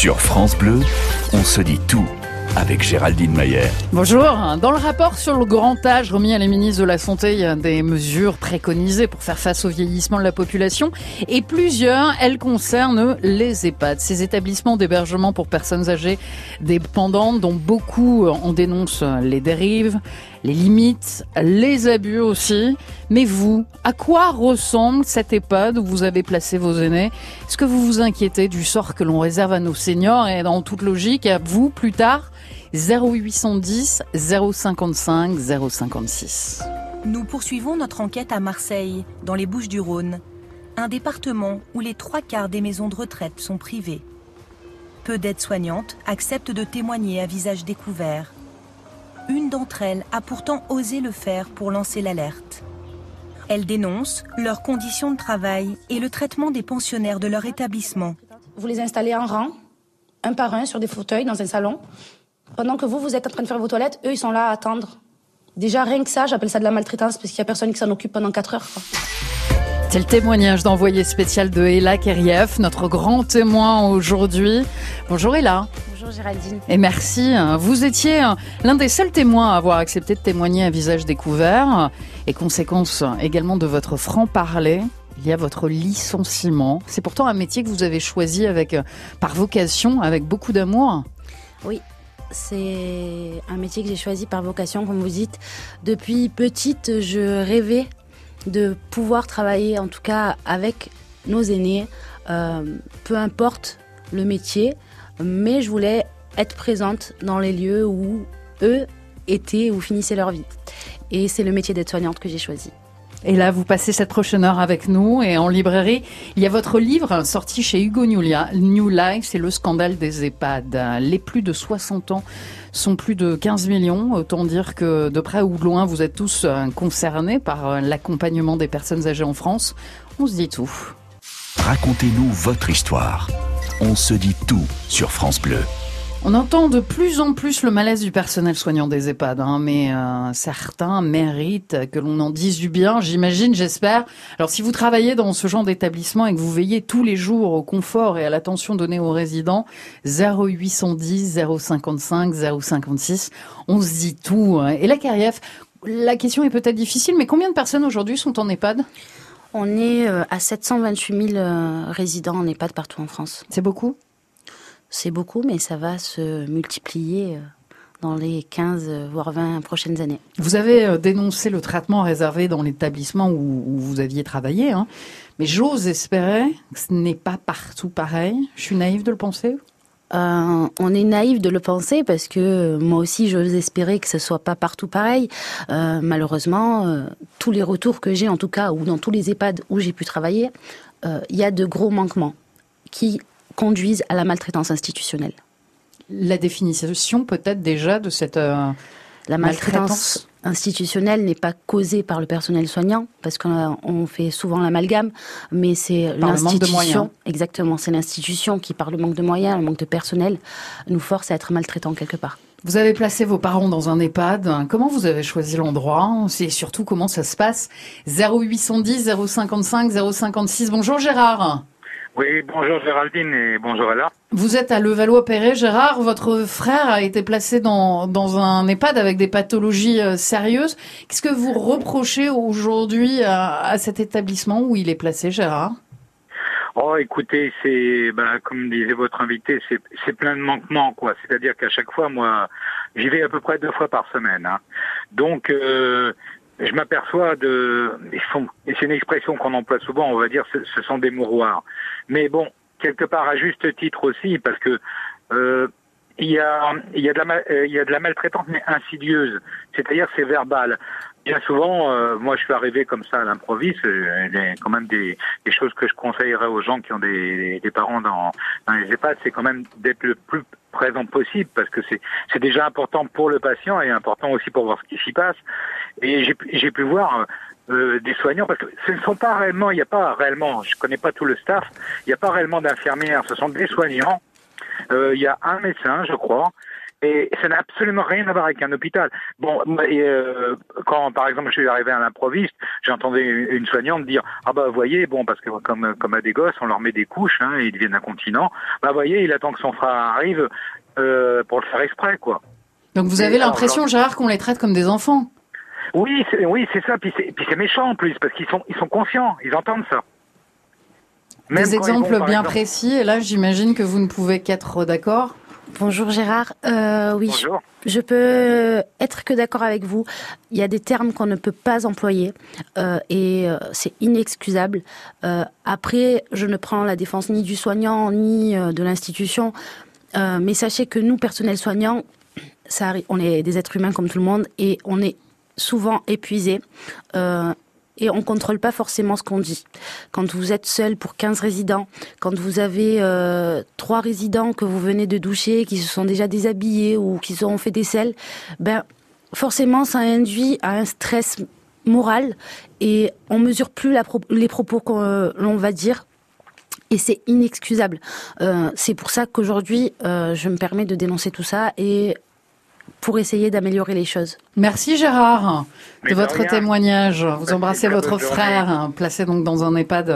Sur France Bleu, on se dit tout avec Géraldine Mayer. Bonjour. Dans le rapport sur le grand âge remis à la ministre de la Santé, il y a des mesures préconisées pour faire face au vieillissement de la population et plusieurs, elles concernent les EHPAD, ces établissements d'hébergement pour personnes âgées dépendantes dont beaucoup en dénoncent les dérives, les limites, les abus aussi. Mais vous, à quoi ressemble cet EHPAD où vous avez placé vos aînés? Est-ce que vous vous inquiétez du sort que l'on réserve à nos seniors et dans toute logique à vous plus tard? 0810 055 056. Nous poursuivons notre enquête à Marseille, dans les Bouches-du-Rhône, un département où les 3/4 des maisons de retraite sont privées. Peu d'aides-soignantes acceptent de témoigner à visage découvert. Une d'entre elles a pourtant osé le faire pour lancer l'alerte. Elle dénonce leurs conditions de travail et le traitement des pensionnaires de leur établissement. Vous les installez en rang, un par un, sur des fauteuils dans un salon. Pendant que vous êtes en train de faire vos toilettes, eux, ils sont là à attendre. Déjà, rien que ça, j'appelle ça de la maltraitance, parce qu'il n'y a personne qui s'en occupe pendant 4 heures. C'est le témoignage d'envoyé spécial de Ella Keriev, notre grand témoin aujourd'hui. Bonjour Ella. Bonjour Géraldine. Et merci. Vous étiez l'un des seuls témoins à avoir accepté de témoigner à visage découvert. Et conséquence également de votre franc-parler, il y a votre licenciement. C'est pourtant un métier que vous avez choisi par vocation, avec beaucoup d'amour. Oui. C'est un métier que j'ai choisi par vocation, comme vous dites. Depuis petite, je rêvais de pouvoir travailler, en tout cas avec nos aînés, peu importe le métier, mais je voulais être présente dans les lieux où eux étaient ou finissaient leur vie. Et c'est le métier d'aide-soignante que j'ai choisi. Et là, vous passez cette prochaine heure avec nous et en librairie, il y a votre livre sorti chez Hugo New Life, c'est le scandale des EHPAD. Les plus de 60 ans sont plus de 15 millions. Autant dire que de près ou de loin, vous êtes tous concernés par l'accompagnement des personnes âgées en France. On se dit tout. Racontez-nous votre histoire. On se dit tout sur France Bleu. On entend de plus en plus le malaise du personnel soignant des EHPAD, mais certains méritent que l'on en dise du bien, j'imagine, j'espère. Alors si vous travaillez dans ce genre d'établissement et que vous veillez tous les jours au confort et à l'attention donnée aux résidents, 0810 055 056, on se dit tout. Et la Keriev, la question est peut-être difficile, mais combien de personnes aujourd'hui sont en EHPAD ? On est à 728 000 résidents en EHPAD partout en France. C'est beaucoup ? C'est beaucoup, mais ça va se multiplier dans les 15, voire 20 prochaines années. Vous avez dénoncé le traitement réservé dans l'établissement où vous aviez travaillé, mais j'ose espérer que ce n'est pas partout pareil. Je suis naïve de le penser ? On est naïf de le penser parce que moi aussi j'ose espérer que ce soit pas partout pareil. Malheureusement, tous les retours que j'ai, en tout cas, ou dans tous les EHPAD où j'ai pu travailler, il y a de gros manquements qui conduisent à la maltraitance institutionnelle. La définition peut-être déjà de cette la maltraitance institutionnelle n'est pas causée par le personnel soignant, parce qu'on fait souvent l'amalgame, mais c'est l'institution. Exactement, c'est l'institution qui, par le manque de moyens, le manque de personnel, nous force à être maltraitants quelque part. Vous avez placé vos parents dans un EHPAD. Comment vous avez choisi l'endroit ? Et surtout, comment ça se passe ? 0810 055 056. Bonjour Gérard. Oui, bonjour Géraldine et bonjour Ella. Vous êtes à Levallois-Perret, Gérard. Votre frère a été placé dans un EHPAD avec des pathologies sérieuses. Qu'est-ce que vous reprochez aujourd'hui à cet établissement où il est placé, Gérard ? Oh, écoutez, c'est, comme disait votre invité, c'est plein de manquements, quoi. C'est-à-dire qu'à chaque fois, moi, j'y vais à peu près 2 fois par semaine, Donc, je m'aperçois et c'est une expression qu'on emploie souvent, on va dire, ce sont des mouroirs. Mais bon, quelque part à juste titre aussi, parce que il y a de la maltraitance, mais insidieuse, c'est-à-dire c'est verbal. Bien souvent, moi je suis arrivé comme ça à l'improviste. Il y a quand même des choses que je conseillerais aux gens qui ont des parents dans les EHPAD, c'est quand même d'être le plus présent possible, parce que c'est déjà important pour le patient et important aussi pour voir ce qui s'y passe. Et j'ai pu voir des soignants, parce que ce ne sont pas réellement, il n'y a pas réellement, je connais pas tout le staff, il n'y a pas réellement d'infirmières, ce sont des soignants. Il y a un médecin, je crois, Et ça n'a absolument rien à voir avec un hôpital. Bon, quand par exemple je suis arrivé à l'improviste, j'entendais une soignante dire ah bah vous voyez bon parce que comme à des gosses on leur met des couches et ils deviennent incontinents. Bah vous voyez il attend que son frère arrive pour le faire exprès quoi. Donc vous avez l'impression Gérard qu'on les traite comme des enfants. Oui c'est ça. Puis c'est méchant en plus parce qu'ils sont conscients, ils entendent ça. Même des exemples bien précis. Et là j'imagine que vous ne pouvez qu'être d'accord. Bonjour Gérard. Oui, Bonjour. Je peux être que d'accord avec vous. Il y a des termes qu'on ne peut pas employer et c'est inexcusable. Après, je ne prends la défense ni du soignant ni de l'institution, mais sachez que nous, personnel soignant, ça arrive, on est des êtres humains comme tout le monde et on est souvent épuisés. Et on contrôle pas forcément ce qu'on dit. Quand vous êtes seul pour 15 résidents, quand vous avez 3 résidents que vous venez de doucher, qui se sont déjà déshabillés ou qui se sont fait des selles, forcément ça induit à un stress moral et on mesure plus les propos l'on va dire. Et c'est inexcusable. C'est pour ça qu'aujourd'hui, je me permets de dénoncer tout ça et pour essayer d'améliorer les choses. Merci Gérard de votre témoignage. Vous embrassez votre frère, placé donc dans un EHPAD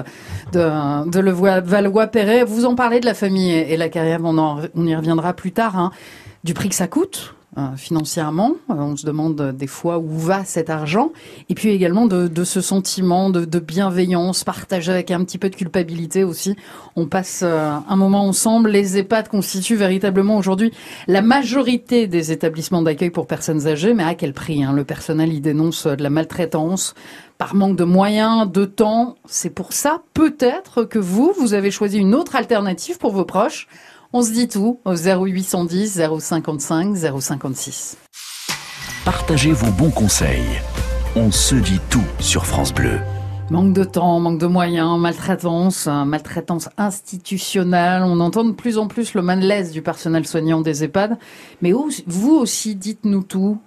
de Valois-Perret. Vous en parlez de la famille et la carrière, on y reviendra plus tard, du prix que ça coûte financièrement. On se demande des fois où va cet argent. Et puis également de ce sentiment de bienveillance partagé avec un petit peu de culpabilité aussi. On passe un moment ensemble. Les EHPAD constituent véritablement aujourd'hui la majorité des établissements d'accueil pour personnes âgées. Mais à quel prix Le personnel y dénonce de la maltraitance par manque de moyens, de temps. C'est pour ça peut-être que vous avez choisi une autre alternative pour vos proches. On se dit tout au 0810 055 056. Partagez vos bons conseils. On se dit tout sur France Bleu. Manque de temps, manque de moyens, maltraitance institutionnelle. On entend de plus en plus le malaise du personnel soignant des EHPAD. Mais vous aussi, dites-nous tout.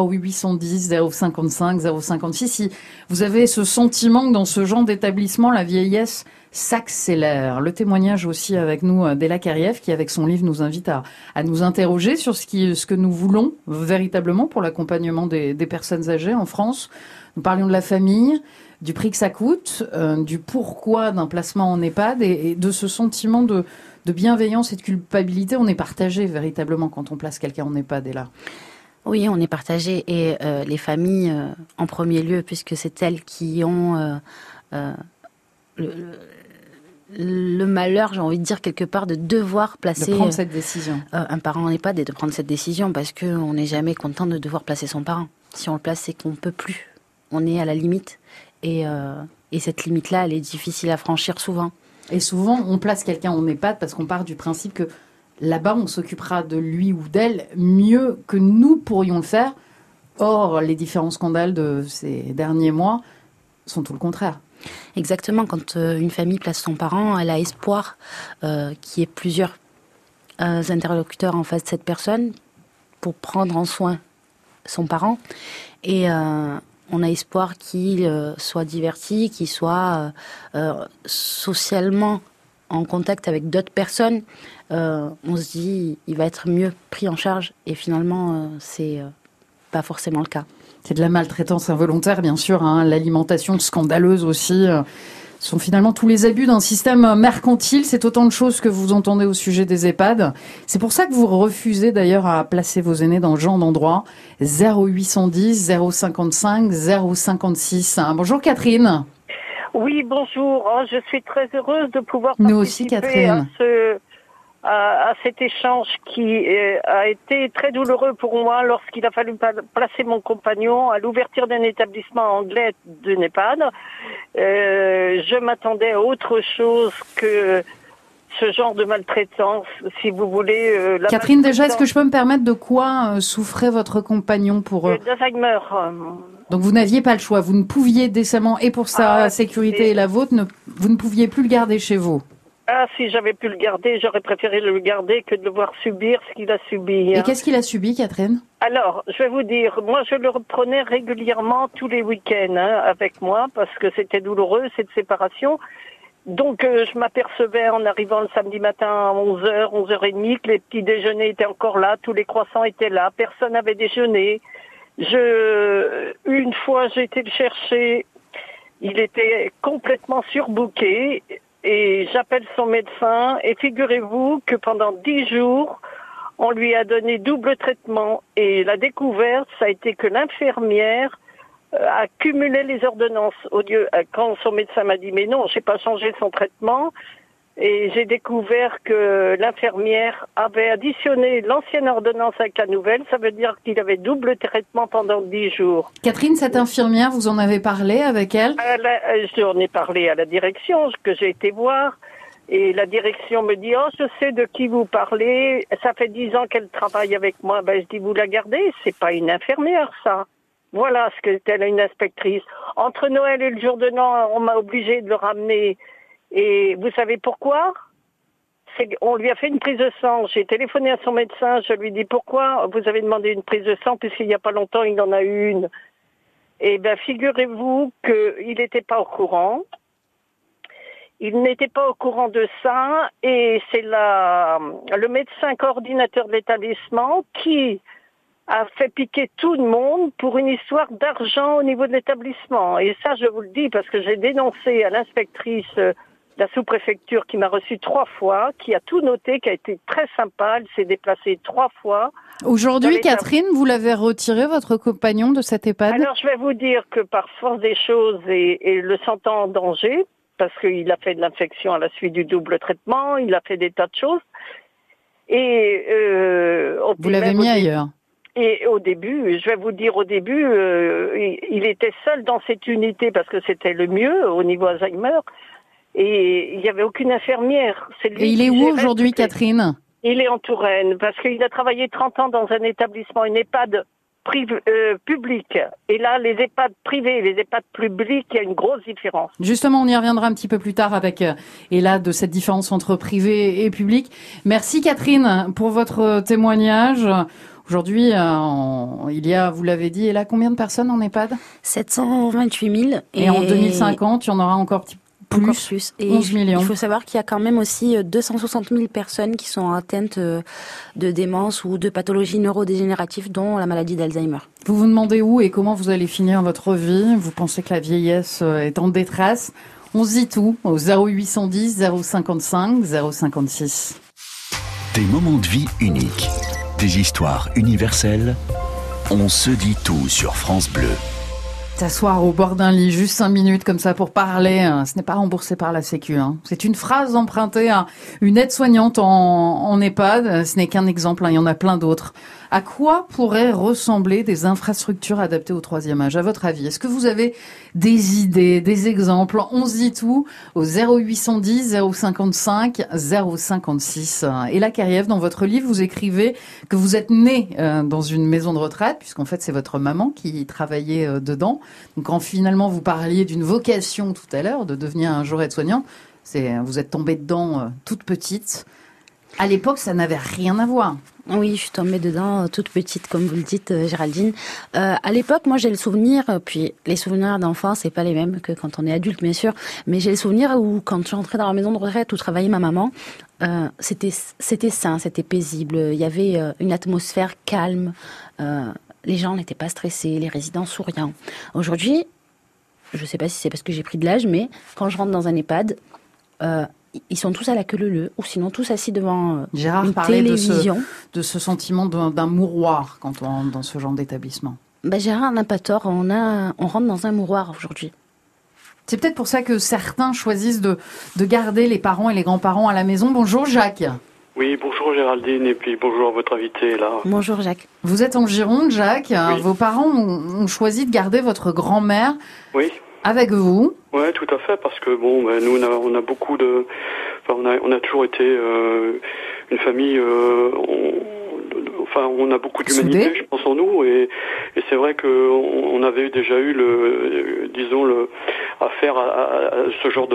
0810 055 056. Si vous avez ce sentiment que dans ce genre d'établissement, la vieillesse s'accélère. Le témoignage aussi avec nous d'Ella Kariev, qui avec son livre nous invite à nous interroger sur ce que nous voulons véritablement pour l'accompagnement des personnes âgées en France. Nous parlions de la famille, du prix que ça coûte, du pourquoi d'un placement en EHPAD et de ce sentiment de bienveillance et de culpabilité. On est partagé véritablement quand on place quelqu'un en EHPAD, Ella. Oui, on est partagé et les familles en premier lieu, puisque c'est elles qui ont le malheur, j'ai envie de dire quelque part, de devoir placer... De prendre cette décision. Un parent en EHPAD et de prendre cette décision parce qu'on n'est jamais content de devoir placer son parent. Si on le place, c'est qu'on ne peut plus. On est à la limite. Et cette limite-là, elle est difficile à franchir souvent. Et souvent, on place quelqu'un en EHPAD parce qu'on part du principe que là-bas, on s'occupera de lui ou d'elle mieux que nous pourrions le faire. Or, les différents scandales de ces derniers mois sont tout le contraire. Exactement. Quand une famille place son parent, elle a espoir qu'il y ait plusieurs interlocuteurs en face de cette personne pour prendre en soin son parent. Et on a espoir qu'il soit diverti, qu'il soit socialement en contact avec d'autres personnes. On se dit, il va être mieux pris en charge. Et finalement, c'est pas forcément le cas. C'est de la maltraitance involontaire, bien sûr. L'alimentation scandaleuse aussi. Ce sont finalement tous les abus d'un système mercantile. C'est autant de choses que vous entendez au sujet des EHPAD. C'est pour ça que vous refusez d'ailleurs à placer vos aînés dans ce genre d'endroit. 0810 055 056. Bonjour Catherine. Oui, bonjour. Je suis très heureuse de pouvoir Nous aussi, participer à cet échange qui a été très douloureux pour moi lorsqu'il a fallu placer mon compagnon à l'ouverture d'un établissement anglais de EHPAD. Je m'attendais à autre chose que ce genre de maltraitance, si vous voulez. Catherine, déjà, est-ce que je peux me permettre de quoi souffrait votre compagnon pour... d'Alzheimer. Donc vous n'aviez pas le choix, vous ne pouviez décemment, et pour sa sécurité et la vôtre, vous ne pouviez plus le garder chez vous. Ah, si j'avais pu le garder, j'aurais préféré le garder que de devoir subir ce qu'il a subi. Et qu'est-ce qu'il a subi, Catherine ? Alors, je vais vous dire, moi je le reprenais régulièrement tous les week-ends avec moi parce que c'était douloureux cette séparation. Donc, je m'apercevais en arrivant le samedi matin à 11h, 11h30, que les petits déjeuners étaient encore là, tous les croissants étaient là, personne n'avait déjeuné. Une fois, j'ai été le chercher, il était complètement surbooké, et j'appelle son médecin, et figurez-vous que pendant 10 jours, on lui a donné double traitement, et la découverte, ça a été que l'infirmière a cumulé les ordonnances. Quand son médecin m'a dit mais non, j'ai pas changé son traitement, et j'ai découvert que l'infirmière avait additionné l'ancienne ordonnance avec la nouvelle. Ça veut dire qu'il avait double traitement pendant 10 jours. Catherine, cette infirmière, vous en avez parlé avec elle? J'en ai parlé à la direction que j'ai été voir. Et la direction me dit, oh, je sais de qui vous parlez. Ça fait 10 ans qu'elle travaille avec moi. Je dis, vous la gardez? C'est pas une infirmière, ça. Voilà ce qu'était une inspectrice. Entre Noël et le jour de l'an, on m'a obligé de le ramener. Et vous savez pourquoi? On lui a fait une prise de sang. J'ai téléphoné à son médecin. Je lui ai dit, pourquoi vous avez demandé une prise de sang puisqu'il n'y a pas longtemps, il en a eu une. Eh bien, figurez-vous qu'il n'était pas au courant. Il n'était pas au courant de ça. Et c'est le médecin coordinateur de l'établissement qui a fait piquer tout le monde pour une histoire d'argent au niveau de l'établissement. Et ça, je vous le dis parce que j'ai dénoncé à l'inspectrice de la sous-préfecture qui m'a reçu 3 fois, qui a tout noté, qui a été très sympa. Elle s'est déplacée 3 fois. Aujourd'hui, Catherine, vous l'avez retiré, votre compagnon, de cette EHPAD? Alors, je vais vous dire que par force des choses et le sentant en danger, parce qu'il a fait de l'infection à la suite du double traitement, il a fait des tas de choses. Et vous l'avez mis ailleurs? Et au début, je vais vous dire, il était seul dans cette unité parce que c'était le mieux au niveau Alzheimer. Et il n'y avait aucune infirmière. Et il est où aujourd'hui, Catherine? Il est en Touraine parce qu'il a travaillé 30 ans dans un établissement, une EHPAD public. Et là, les EHPAD privés et les EHPAD publics, il y a une grosse différence. Justement, on y reviendra un petit peu plus tard avec de cette différence entre privé et public. Merci Catherine pour votre témoignage. Aujourd'hui, il y a, vous l'avez dit, et là, combien de personnes en EHPAD? 728 000. Et en 2050, il y en aura encore plus. Et 11 millions. Il faut savoir qu'il y a quand même aussi 260 000 personnes qui sont atteintes de démence ou de pathologies neurodégénératives, dont la maladie d'Alzheimer. Vous vous demandez où et comment vous allez finir votre vie. Vous pensez que la vieillesse est en détresse. On se dit tout au 0810 055 056. Des moments de vie uniques, des histoires universelles. On se dit tout sur France Bleu. S'asseoir au bord d'un lit, juste 5 minutes comme ça pour parler, ce n'est pas remboursé par la Sécu. C'est une phrase empruntée à une aide-soignante en EHPAD. Ce n'est qu'un exemple, il y en a plein d'autres. À quoi pourraient ressembler des infrastructures adaptées au 3e âge, à votre avis? Est-ce que vous avez des idées, des exemples? On se dit tout au 0810 055 056. Et là, Keriev, dans votre livre, vous écrivez que vous êtes né dans une maison de retraite, puisqu'en fait, c'est votre maman qui travaillait dedans. Donc, quand finalement, vous parliez d'une vocation tout à l'heure, de devenir un jour aide-soignant, vous êtes tombée dedans toute petite. À l'époque, ça n'avait rien à voir. Oui, je suis tombée dedans toute petite, comme vous le dites, Géraldine. À l'époque, moi, j'ai le souvenir, puis les souvenirs d'enfance, c'est pas les mêmes que quand on est adulte, bien sûr, mais j'ai le souvenir où, quand j'entrais dans la maison de retraite où travaillait ma maman, c'était sain, c'était paisible. Il y avait une atmosphère calme. Les gens n'étaient pas stressés, les résidents souriants. Aujourd'hui, je sais pas si c'est parce que j'ai pris de l'âge, mais quand je rentre dans un EHPAD, ils sont tous à la queue leu-leu, ou sinon tous assis devant Gérard une parlait télévision. de ce sentiment d'un mouroir quand on rentre dans ce genre d'établissement. Gérard n'a pas tort, on rentre dans un mouroir aujourd'hui. C'est peut-être pour ça que certains choisissent de garder les parents et les grands-parents à la maison. Bonjour Jacques. Oui, bonjour Géraldine, et puis bonjour à votre invité là. Bonjour Jacques. Vous êtes en Gironde, Jacques. Oui. Vos parents ont choisi de garder votre grand-mère. Oui. Avec vous? Ouais, tout à fait, parce que nous on a beaucoup de, on a toujours été une famille, on a beaucoup d'humanité, je pense en nous, et c'est vrai que on avait déjà eu affaire à ce genre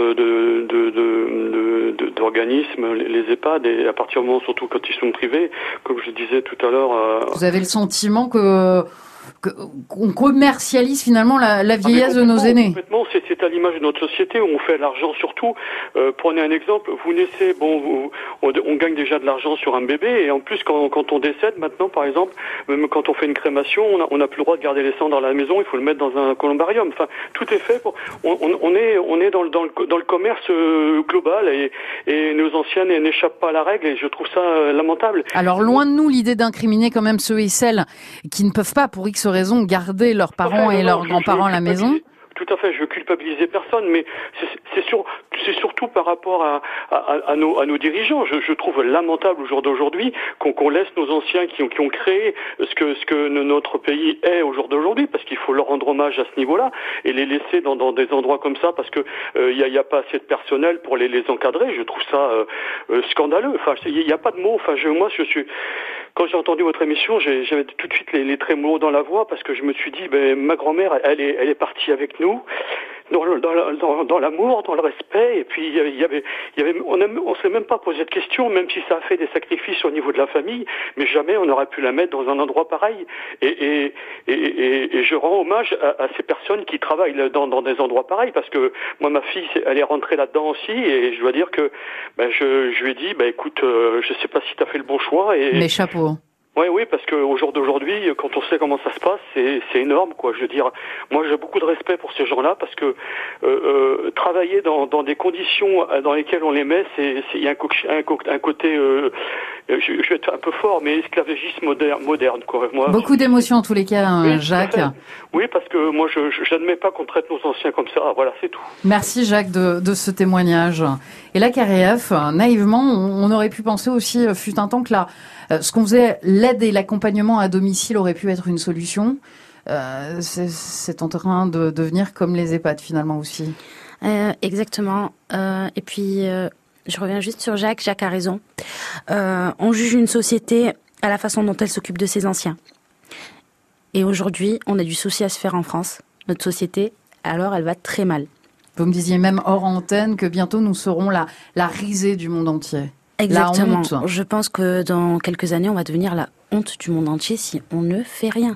d'organismes, les EHPAD, et à partir du moment, surtout quand ils sont privés, comme je disais tout à l'heure. Vous avez le sentiment que qu'on commercialise finalement la vieillesse de nos aînés. Complètement, c'est à l'image de notre société où on fait de l'argent surtout. Prenez un exemple, vous naissez, on gagne déjà de l'argent sur un bébé et en plus quand on décède maintenant par exemple, même quand on fait une crémation, on n'a plus le droit de garder les cendres à la maison, il faut le mettre dans un columbarium. Enfin, tout est fait pour. On est dans le commerce global et nos anciens n'échappent pas à la règle et je trouve ça lamentable. Alors loin de nous l'idée d'incriminer quand même ceux et celles qui ne peuvent pas pour X raisons garder leurs parents et leurs grands-parents à la maison. Tout à fait, je veux culpabiliser personne, mais c'est surtout par rapport à nos dirigeants. Je trouve lamentable au jour d'aujourd'hui qu'on laisse nos anciens qui ont créé ce que notre pays est au jour d'aujourd'hui, parce qu'il faut leur rendre hommage à ce niveau-là et les laisser dans des endroits comme ça parce que y a pas assez de personnel pour les encadrer. Je trouve ça scandaleux. Enfin, il y a pas de mots. Enfin, quand j'ai entendu votre émission, j'avais tout de suite les trémolos dans la voix parce que je me suis dit, ma grand-mère, elle est partie avec nous dans l'amour, dans le respect. Et puis on s'est même pas posé de questions, même si ça a fait des sacrifices au niveau de la famille, mais jamais on aurait pu la mettre dans un endroit pareil. Et je rends hommage à ces personnes qui travaillent dans des endroits pareils parce que moi, ma fille, elle est rentrée là-dedans aussi et je dois dire que je lui ai dit, écoute, je sais pas si tu as fait le bon choix. Mais chapeau. Oui, parce que au jour d'aujourd'hui, quand on sait comment ça se passe, c'est énorme, quoi. Je veux dire, moi, j'ai beaucoup de respect pour ces gens-là parce que travailler dans des conditions dans lesquelles on les met, il y a un côté, je vais être un peu fort, mais esclavagisme moderne, quoi. Moi, beaucoup d'émotions en tous les cas, oui, Jacques. Oui, parce que moi, je n'admets pas qu'on traite nos anciens comme ça. Voilà, c'est tout. Merci Jacques de ce témoignage. Et la KRF, naïvement, on aurait pu penser aussi, fut un temps que ce qu'on faisait, l'aide et l'accompagnement à domicile aurait pu être une solution. C'est en train de devenir comme les EHPAD finalement aussi. Exactement. Et puis, je reviens juste sur Jacques. Jacques a raison. On juge une société à la façon dont elle s'occupe de ses anciens. Et aujourd'hui, on a du souci à se faire en France. Notre société, alors, elle va très mal. Vous me disiez même hors antenne que bientôt nous serons la risée du monde entier. Exactement. La honte. Je pense que dans quelques années, on va devenir la honte du monde entier si on ne fait rien.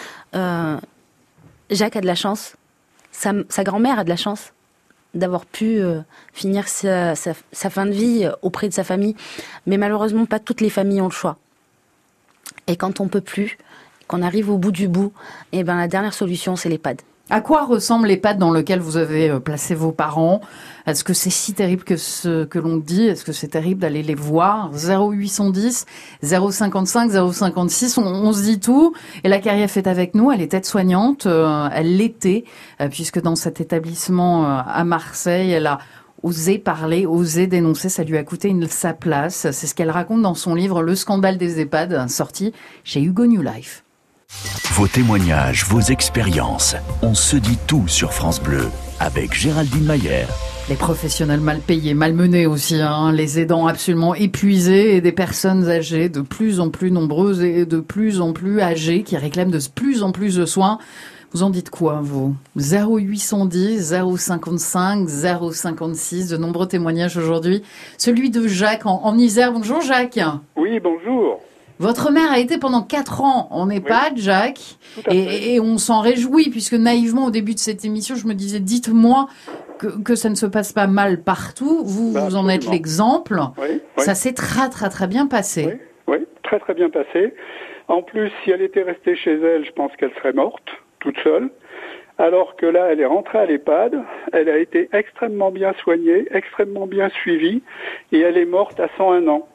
Jacques a de la chance. Sa grand-mère a de la chance d'avoir pu finir sa fin de vie auprès de sa famille. Mais malheureusement, pas toutes les familles ont le choix. Et quand on peut plus, qu'on arrive au bout du bout, la dernière solution, c'est l'EHPAD. À quoi ressemble l'EHPAD dans lequel vous avez placé vos parents ? Est-ce que c'est si terrible que ce que l'on dit ? Est-ce que c'est terrible d'aller les voir ? 0810 055 056, on se dit tout. Et la KRF est avec nous, elle est aide-soignante, elle l'était, puisque dans cet établissement à Marseille, elle a osé parler, osé dénoncer, ça lui a coûté sa place. C'est ce qu'elle raconte dans son livre « Le scandale des EHPAD », sorti chez Hugo New Life. Vos témoignages, vos expériences. On se dit tout sur France Bleu avec Géraldine Mayer. Les professionnels mal payés, malmenés aussi, les aidants absolument épuisés et des personnes âgées de plus en plus nombreuses et de plus en plus âgées qui réclament de plus en plus de soins. Vous en dites quoi, vous ? 0810 055 056, de nombreux témoignages aujourd'hui. Celui de Jacques en Isère. Bonjour Jacques. Oui, bonjour. Votre mère a été pendant 4 ans en EHPAD, oui, Jacques, et on s'en réjouit, puisque naïvement, au début de cette émission, je me disais, dites-moi que ça ne se passe pas mal partout. Vous en êtes l'exemple. Oui, ça s'est très bien passé. Oui, très bien passé. En plus, si elle était restée chez elle, je pense qu'elle serait morte, toute seule. Alors que là, elle est rentrée à l'EHPAD, elle a été extrêmement bien soignée, extrêmement bien suivie, et elle est morte à 101 ans.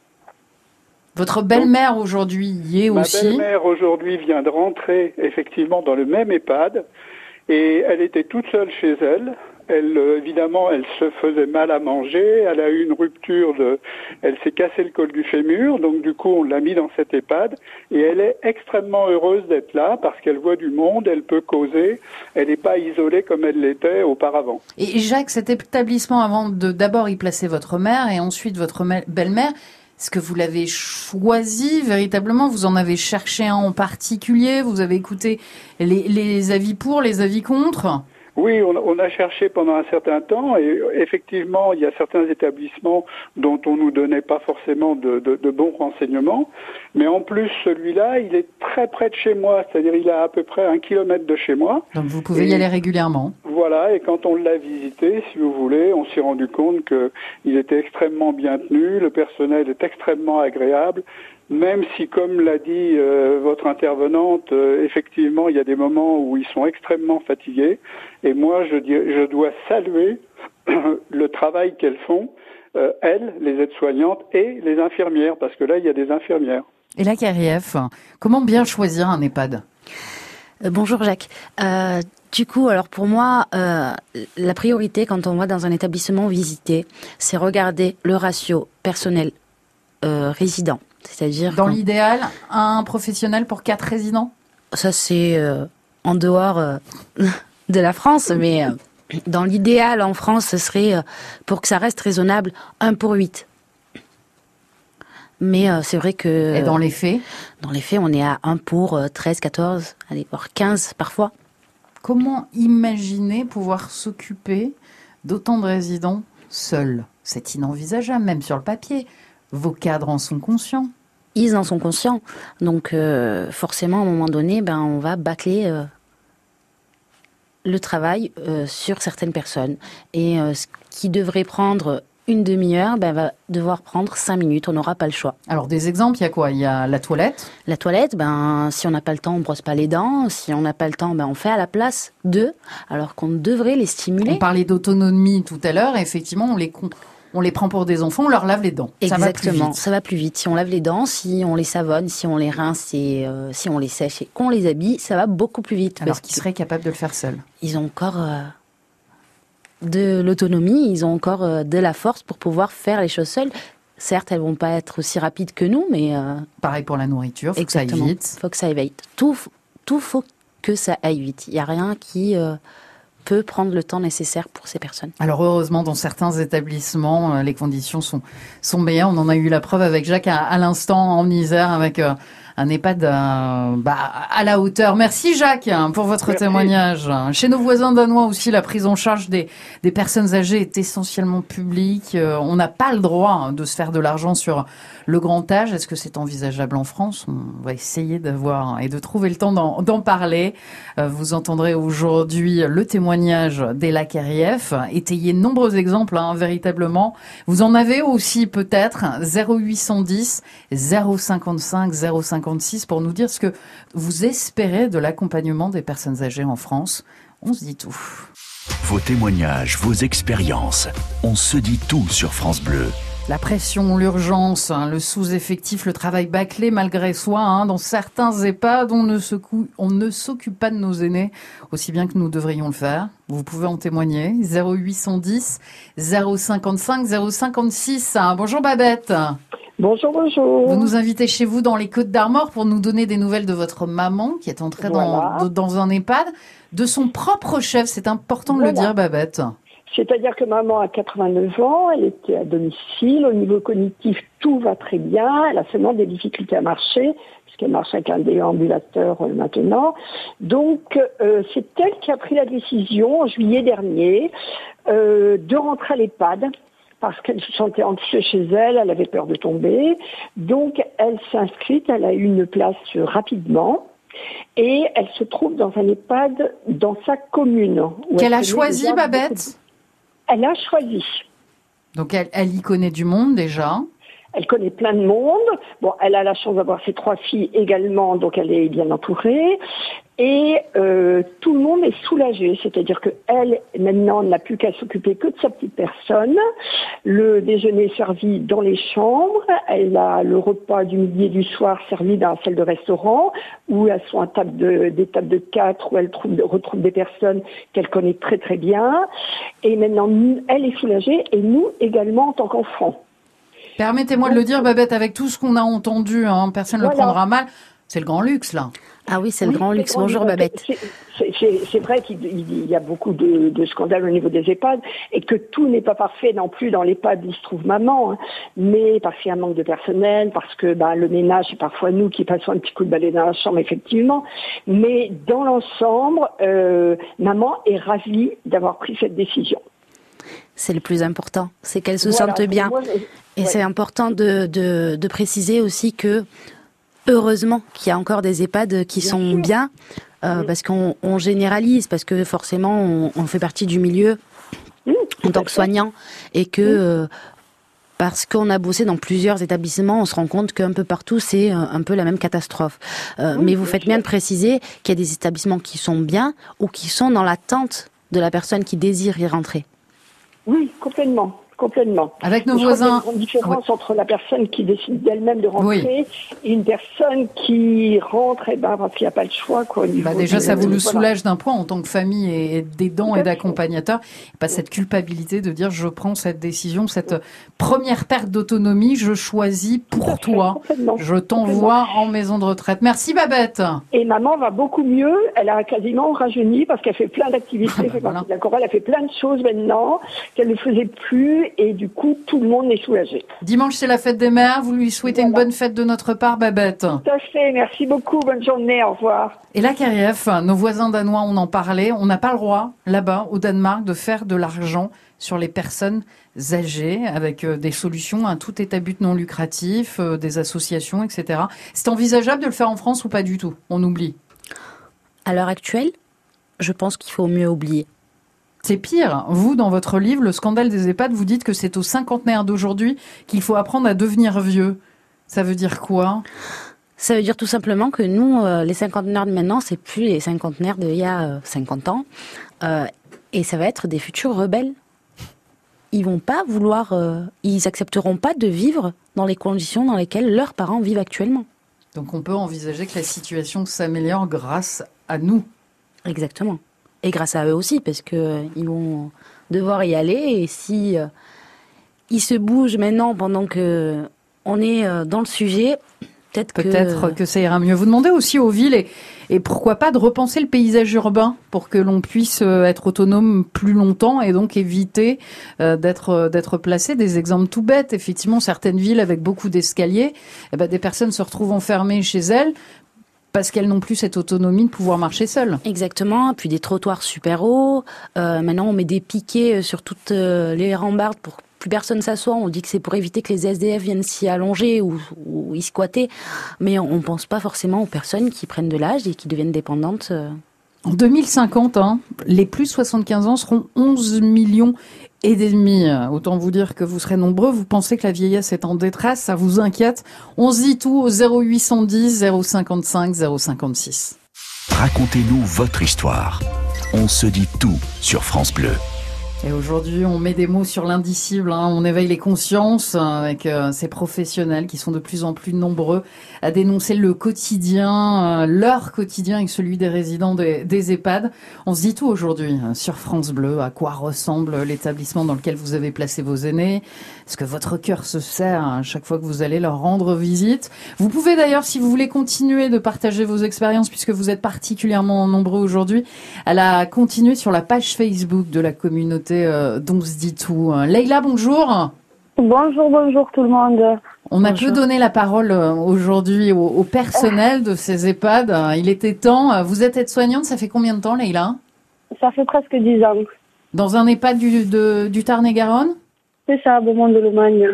Votre belle-mère aujourd'hui y est aussi. Ma belle-mère aujourd'hui vient de rentrer effectivement dans le même EHPAD et elle était toute seule chez elle. Évidemment, elle se faisait mal à manger. Elle a eu une rupture elle s'est cassé le col du fémur. Donc du coup, on l'a mis dans cet EHPAD et elle est extrêmement heureuse d'être là parce qu'elle voit du monde, elle peut causer. Elle n'est pas isolée comme elle l'était auparavant. Et Jacques, cet établissement, avant de d'abord y placer votre mère et ensuite votre belle-mère, est-ce que vous l'avez choisi véritablement ? Vous en avez cherché un en particulier ? Vous avez écouté les avis pour, les avis contre ? Oui, on a cherché pendant un certain temps et effectivement, il y a certains établissements dont on nous donnait pas forcément de bons renseignements. Mais en plus, celui-là, il est très près de chez moi, c'est-à-dire il est à peu près 1 kilomètre de chez moi. Donc vous pouvez y aller régulièrement. Voilà, et quand on l'a visité, si vous voulez, on s'est rendu compte qu'il était extrêmement bien tenu, le personnel est extrêmement agréable. Même si, comme l'a dit votre intervenante, effectivement, il y a des moments où ils sont extrêmement fatigués. Et moi, je dois saluer le travail qu'elles font, elles, les aides-soignantes et les infirmières, parce que là, il y a des infirmières. Et la KRIF, comment bien choisir un EHPAD ? Bonjour Jacques. Du coup, alors pour moi, la priorité quand on va dans un établissement visité, c'est regarder le ratio personnel résident. C'est-à-dire dans l'idéal, un professionnel pour 4 résidents ? Ça, c'est en dehors de la France, mais dans l'idéal, en France, ce serait, pour que ça reste raisonnable, 1 pour 8. Mais c'est vrai que... Et dans les faits ? Dans les faits, on est à 1 pour 13, 14, allez, voire 15 parfois. Comment imaginer pouvoir s'occuper d'autant de résidents seuls ? C'est inenvisageable, même sur le papier. Vos cadres en sont conscients ? Ils en sont conscients. Donc, forcément, à un moment donné, on va bâcler le travail sur certaines personnes. Et ce qui devrait prendre une demi-heure, va devoir prendre 5 minutes. On n'aura pas le choix. Alors, des exemples, il y a quoi ? Il y a la toilette ? La toilette, si on n'a pas le temps, on ne brosse pas les dents. Si on n'a pas le temps, on fait à la place d'eux, alors qu'on devrait les stimuler. On parlait d'autonomie tout à l'heure, et effectivement, on les prend pour des enfants, on leur lave les dents. Exactement, ça va plus vite. Si on lave les dents, si on les savonne, si on les rince et si on les sèche et qu'on les habille, ça va beaucoup plus vite. Alors qu'ils seraient capables de le faire seuls. Ils ont encore de l'autonomie, ils ont encore de la force pour pouvoir faire les choses seuls. Certes, elles vont pas être aussi rapides que nous, mais... Pareil pour la nourriture, faut que ça aille vite. Faut que ça aille vite. Tout faut que ça aille vite. Il n'y a rien qui... peut prendre le temps nécessaire pour ces personnes. Alors heureusement, dans certains établissements, les conditions sont meilleures. On en a eu la preuve avec Jacques à l'instant en Isère, avec un EHPAD à la hauteur. Merci Jacques pour votre témoignage. Chez nos voisins danois aussi, la prise en charge des personnes âgées est essentiellement publique. On n'a pas le droit de se faire de l'argent sur le grand âge. Est-ce que c'est envisageable en France ? On va essayer d'avoir et de trouver le temps d'en parler. Vous entendrez aujourd'hui le témoignage d'Ella KRIF, étayer de nombreux exemples, véritablement. Vous en avez aussi peut-être 0810 055 056 pour nous dire ce que vous espérez de l'accompagnement des personnes âgées en France. On se dit tout. Vos témoignages, vos expériences, on se dit tout sur France Bleu. La pression, l'urgence, le sous-effectif, le travail bâclé malgré soi. Dans certains EHPAD, on ne s'occupe pas de nos aînés aussi bien que nous devrions le faire. Vous pouvez en témoigner. 0810 055 056. Bonjour Babette. Bonjour, bonjour. Vous nous invitez chez vous dans les Côtes-d'Armor pour nous donner des nouvelles de votre maman qui est entrée dans un EHPAD, de son propre chef. C'est important de le dire, Babette. C'est-à-dire que maman a 89 ans, elle était à domicile, au niveau cognitif, tout va très bien, elle a seulement des difficultés à marcher, puisqu'elle marche avec un déambulateur maintenant. Donc, c'est elle qui a pris la décision, en juillet dernier, de rentrer à l'EHPAD, parce qu'elle se sentait anxieuse chez elle, elle avait peur de tomber. Donc, elle s'est inscrite, elle a eu une place rapidement. Et elle se trouve dans un EHPAD dans sa commune. Qu'elle a choisi, Babette ? Elle a choisi. Donc elle y connaît du monde déjà. Elle connaît plein de monde. Bon, elle a la chance d'avoir ses 3 filles également, donc elle est bien entourée. Et tout le monde est soulagé, c'est-à-dire que elle maintenant n'a plus qu'à s'occuper que de sa petite personne. Le déjeuner est servi dans les chambres. Elle a le repas du midi et du soir servi dans la salle de restaurant, où elles sont des tables de 4, où elle retrouve des personnes qu'elle connaît très très bien. Et maintenant, elle est soulagée, et nous également en tant qu'enfants. Permettez-moi de le dire, Babette, avec tout ce qu'on a entendu, personne ne le prendra mal. C'est le grand luxe, là. Ah oui, c'est le grand luxe. Bonjour Babette. C'est vrai qu'il y a beaucoup de scandales au niveau des EHPAD et que tout n'est pas parfait non plus dans l'EHPAD où se trouve maman, hein, mais parce qu'il y a un manque de personnel, parce que le ménage, c'est parfois nous qui passons un petit coup de balai dans la chambre, effectivement. Mais dans l'ensemble, maman est ravie d'avoir pris cette décision. C'est le plus important, c'est qu'elle se sente bien. Et c'est important de préciser aussi que heureusement qu'il y a encore des EHPAD qui sont bien, parce qu'on généralise, parce que forcément on fait partie du milieu en tant que soignant, et que parce qu'on a bossé dans plusieurs établissements, on se rend compte qu'un peu partout c'est un peu la même catastrophe. Mais vous faites bien de préciser qu'il y a des établissements qui sont bien ou qui sont dans l'attente de la personne qui désire y rentrer. Oui, complètement. Avec nos voisins. Il y a une grande différence entre la personne qui décide d'elle-même de rentrer et une personne qui rentre parce qu'il n'y a pas le choix. Déjà, ça vous le soulage d'un point en tant que famille et d'aidant et d'accompagnateur. Pas cette culpabilité de dire je prends cette décision, cette première perte d'autonomie, je choisis pour toi. Je t'envoie en maison de retraite. Merci Babette. Et maman va beaucoup mieux. Elle a quasiment rajeuni parce qu'elle fait plein d'activités. Elle fait partie de la chorale. Elle fait plein de choses maintenant qu'elle ne faisait plus. Et du coup, tout le monde est soulagé. Dimanche, c'est la fête des mères. Vous lui souhaitez une bonne fête de notre part, Babette. Tout à fait. Merci beaucoup. Bonne journée. Au revoir. Et là, Karief, nos voisins danois, on en parlait. On n'a pas le droit, là-bas, au Danemark, de faire de l'argent sur les personnes âgées avec des solutions à tout état but non lucratif, des associations, etc. C'est envisageable de le faire en France ou pas du tout? On oublie. À l'heure actuelle, je pense qu'il faut mieux oublier. C'est pire. Vous, dans votre livre, Le scandale des EHPAD, vous dites que c'est aux cinquantenaires d'aujourd'hui qu'il faut apprendre à devenir vieux. Ça veut dire quoi? Ça veut dire tout simplement que nous, les cinquantenaires de maintenant, c'est plus les cinquantenaires d'il y a 50 ans. Et ça va être des futurs rebelles. Ils vont pas vouloir, ils accepteront pas de vivre dans les conditions dans lesquelles leurs parents vivent actuellement. Donc on peut envisager que la situation s'améliore grâce à nous. Exactement. Et grâce à eux aussi, parce que ils vont devoir y aller. Et si ils se bougent maintenant pendant que on est dans le sujet, peut-être que ça ira mieux. Vous demandez aussi aux villes et pourquoi pas de repenser le paysage urbain pour que l'on puisse être autonome plus longtemps et donc éviter d'être placé. Des exemples tout bêtes. Effectivement, certaines villes avec beaucoup d'escaliers, des personnes se retrouvent enfermées chez elles parce qu'elles n'ont plus cette autonomie de pouvoir marcher seules. Exactement, puis des trottoirs super hauts. Maintenant, on met des piquets sur toutes les rambardes pour que plus personne s'assoit. On dit que c'est pour éviter que les SDF viennent s'y allonger ou y squatter. Mais on ne pense pas forcément aux personnes qui prennent de l'âge et qui deviennent dépendantes. En 2050, les plus de 75 ans seront 11 millions et demi. Autant vous dire que vous serez nombreux. Vous pensez que la vieillesse est en détresse, ça vous inquiète? On se dit tout au 0810 055 056. Racontez-nous votre histoire. On se dit tout sur France Bleu. Et aujourd'hui, on met des mots sur l'indicible, on éveille les consciences avec ces professionnels qui sont de plus en plus nombreux à dénoncer le quotidien, leur quotidien avec celui des résidents des EHPAD. On se dit tout aujourd'hui sur France Bleu, à quoi ressemble l'établissement dans lequel vous avez placé vos aînés. Est-ce que votre cœur se serre à chaque fois que vous allez leur rendre visite? Vous pouvez d'ailleurs, si vous voulez continuer de partager vos expériences, puisque vous êtes particulièrement nombreux aujourd'hui, à la continuer sur la page Facebook de la communauté dont se dit tout. Leïla, bonjour. Bonjour tout le monde. On a peu donné la parole aujourd'hui au personnel de ces EHPAD. Il était temps. Vous êtes aide-soignante, ça fait combien de temps, Leïla? Ça fait presque 10 ans. Dans un EHPAD du Tarn-et-Garonne? C'est ça, à Beaumont de Lomagne.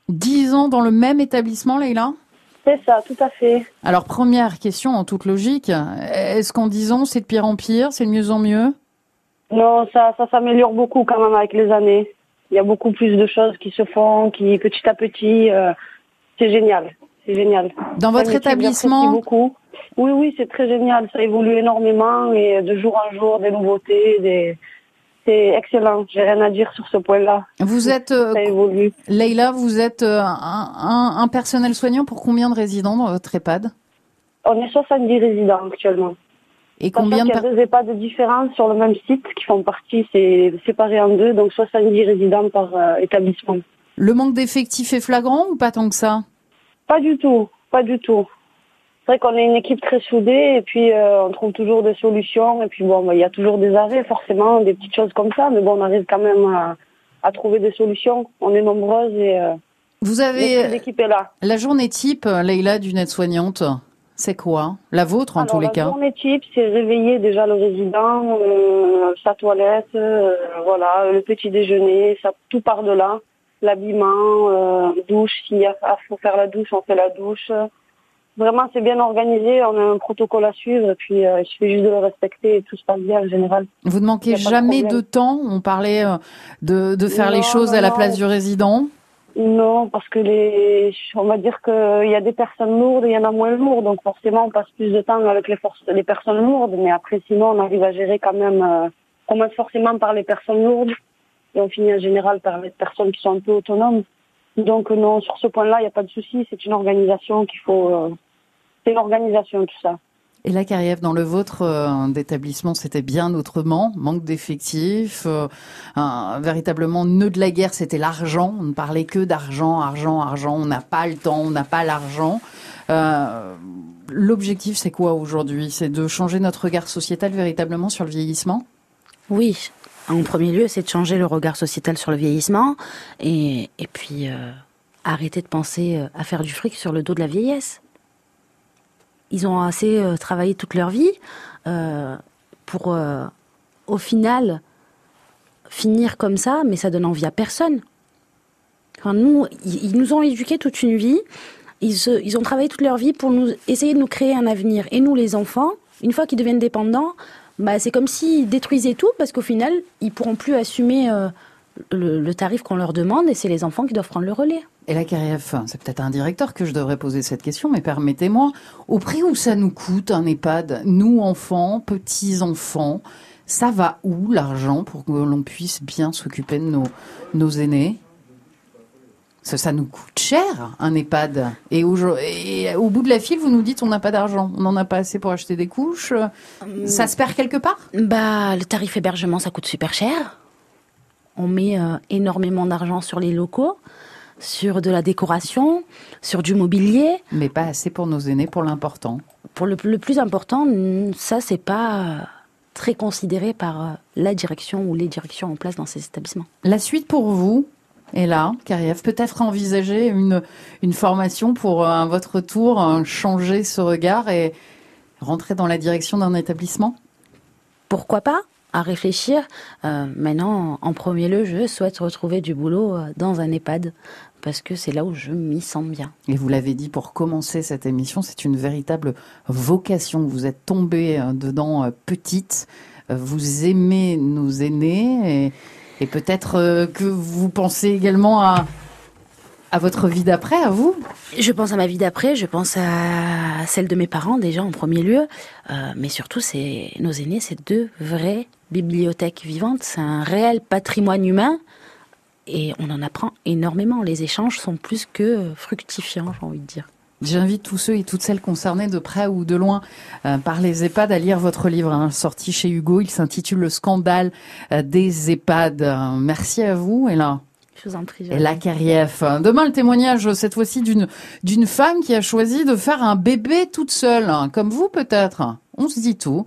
10 ans dans le même établissement, Leïla? C'est ça, tout à fait. Alors, première question en toute logique. Est-ce qu'en 10 ans, c'est de pire en pire? C'est de mieux en mieux? Non, ça s'améliore beaucoup quand même avec les années. Il y a beaucoup plus de choses qui se font, qui petit à petit, c'est génial. C'est génial. Dans votre établissement? Beaucoup. Oui, c'est très génial. Ça évolue énormément et de jour en jour, des nouveautés, c'est excellent. J'ai rien à dire sur ce point-là. Vous êtes, ça évolue. Leïla, vous êtes un personnel soignant pour combien de résidents dans votre EHPAD? On est 70 résidents actuellement. Et combien il y a 2 EHPAD différents sur le même site qui font partie, c'est séparé en 2, donc 70 résidents par établissement. Le manque d'effectifs est flagrant ou pas tant que ça? Pas du tout. C'est vrai qu'on est une équipe très soudée et puis on trouve toujours des solutions. Et puis bon, il y a toujours des arrêts, forcément, des petites choses comme ça. Mais bon, on arrive quand même à trouver des solutions. On est nombreuses et vous avez l'équipe est là. La journée type, Leïla, d'une aide-soignante, c'est quoi? La vôtre, en tous les cas? La journée type, c'est réveiller déjà le résident, sa toilette, voilà, le petit déjeuner, ça, tout part de là. L'habillement, douche, s'il faut faire la douche, on fait la douche. Vraiment, c'est bien organisé, on a un protocole à suivre et puis il suffit juste de le respecter et tout se passe bien en général. Vous ne manquez jamais de temps? On parlait de faire les choses à la place du résident? Non, parce que on va dire qu'il y a des personnes lourdes et il y en a moins lourdes, donc forcément on passe plus de temps avec les personnes lourdes, mais après sinon on arrive à gérer quand même, on commence forcément par les personnes lourdes et on finit en général par les personnes qui sont un peu autonomes. Donc non, sur ce point-là, il n'y a pas de souci, c'est une organisation qu'il faut, c'est une organisation tout ça. Et là, Kariev, dans le vôtre d'établissement, c'était bien autrement. Manque d'effectifs, un véritablement nœud de la guerre, c'était l'argent. On ne parlait que d'argent, argent, argent. On n'a pas le temps, on n'a pas l'argent. L'objectif, c'est quoi aujourd'hui? C'est de changer notre regard sociétal véritablement sur le vieillissement? Oui, en premier lieu, c'est de changer le regard sociétal sur le vieillissement et puis arrêter de penser à faire du fric sur le dos de la vieillesse. Ils ont assez travaillé toute leur vie pour, au final, finir comme ça, mais ça donne envie à personne. Enfin, ils nous ont éduqués toute une vie, ils ont travaillé toute leur vie pour nous essayer de nous créer un avenir. Et nous, les enfants, une fois qu'ils deviennent dépendants, c'est comme s'ils détruisaient tout, parce qu'au final, ils ne pourront plus assumer le tarif qu'on leur demande, et c'est les enfants qui doivent prendre le relais. Et là, Kariev, c'est peut-être un directeur que je devrais poser cette question, mais permettez-moi, au prix où ça nous coûte un EHPAD, nous enfants, petits-enfants, ça va où l'argent pour que l'on puisse bien s'occuper de nos aînés? Ça nous coûte cher, un EHPAD. Et au bout de la file, vous nous dites on n'a pas d'argent, on n'en a pas assez pour acheter des couches. Ça se perd quelque part? Le tarif hébergement, ça coûte super cher. On met énormément d'argent sur les locaux, sur de la décoration, sur du mobilier. Mais pas assez pour nos aînés, pour l'important. Pour le plus important, ça, c'est pas très considéré par la direction ou les directions en place dans ces établissements. La suite pour vous, et là, Kariev, peut-être envisager une formation pour, à votre tour, changer ce regard et rentrer dans la direction d'un établissement? Pourquoi pas? À réfléchir. Maintenant, en premier lieu, je souhaite retrouver du boulot dans un EHPAD parce que c'est là où je m'y sens bien. Et vous l'avez dit pour commencer cette émission, c'est une véritable vocation. Vous êtes tombée dedans petite. Vous aimez nos aînés et peut-être que vous pensez également à votre vie d'après, à vous? Je pense à ma vie d'après, je pense à celle de mes parents déjà en premier lieu, mais surtout nos aînés, c'est deux vraies bibliothèques vivantes, c'est un réel patrimoine humain et on en apprend énormément. Les échanges sont plus que fructifiants, j'ai envie de dire. J'invite tous ceux et toutes celles concernés de près ou de loin par les EHPAD à lire votre livre, sorti chez Hugo. Il s'intitule « Le scandale des EHPAD ». Merci à vous, et là. Je vous en prie. Et la Kariev. Demain, le témoignage, cette fois-ci, d'une femme qui a choisi de faire un bébé toute seule, comme vous peut-être. On se dit tout.